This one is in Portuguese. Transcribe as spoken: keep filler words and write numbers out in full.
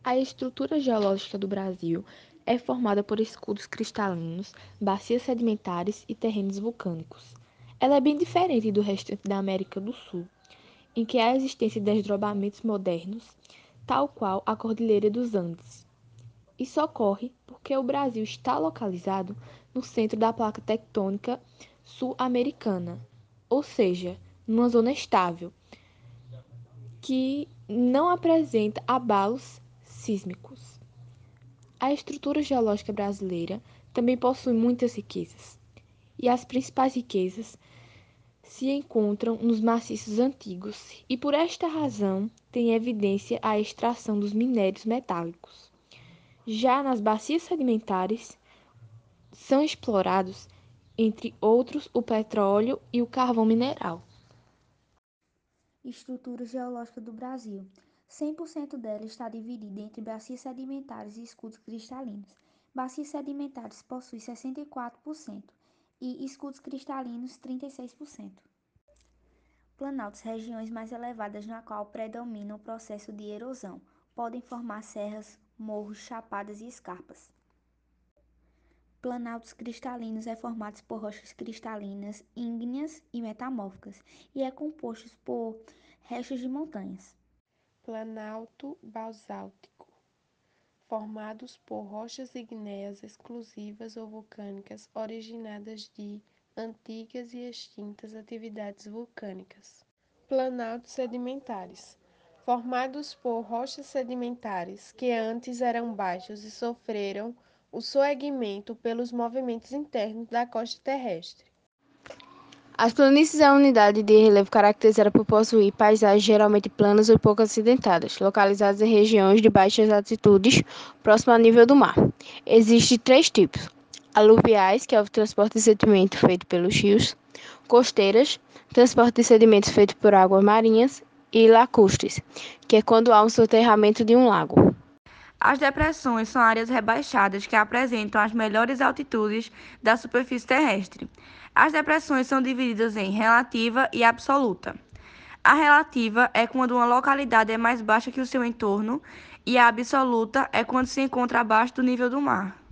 A estrutura geológica do Brasil é formada por escudos cristalinos, bacias sedimentares e terrenos vulcânicos. Ela é bem diferente do restante da América do Sul, em que há a existência de desdobramentos modernos, tal qual a Cordilheira dos Andes. Isso ocorre porque o Brasil está localizado no centro da placa tectônica sul-americana, ou seja, numa zona estável, que não apresenta abalos sísmicos. A estrutura geológica brasileira também possui muitas riquezas, e as principais riquezas se encontram nos maciços antigos, e por esta razão tem evidência a extração dos minérios metálicos. Já nas bacias sedimentares, são explorados, entre outros, o petróleo e o carvão mineral. Estrutura geológica do Brasil. cem por cento dela está dividida entre bacias sedimentares e escudos cristalinos. Bacias sedimentares possuem sessenta e quatro por cento e escudos cristalinos trinta e seis por cento. Planaltos, regiões mais elevadas na qual predomina o processo de erosão. Podem formar serras, morros, chapadas e escarpas. Planaltos cristalinos é formado por rochas cristalinas, ígneas e metamórficas, e é composto por restos de montanhas. Planalto basáltico, formados por rochas ígneas exclusivas ou vulcânicas originadas de antigas e extintas atividades vulcânicas. Planaltos sedimentares, formados por rochas sedimentares que antes eram baixos e sofreram o soerguimento pelos movimentos internos da costa terrestre. As planícies é a unidade de relevo caracterizada por possuir paisagens geralmente planas ou pouco acidentadas, localizadas em regiões de baixas altitudes, próximo ao nível do mar. Existem três tipos: aluviais, que é o transporte de sedimento feito pelos rios; costeiras, transporte de sedimentos feito por águas marinhas; e lacustres, que é quando há um soterramento de um lago. As depressões são áreas rebaixadas que apresentam as melhores altitudes da superfície terrestre. As depressões são divididas em relativa e absoluta. A relativa é quando uma localidade é mais baixa que o seu entorno, e a absoluta é quando se encontra abaixo do nível do mar.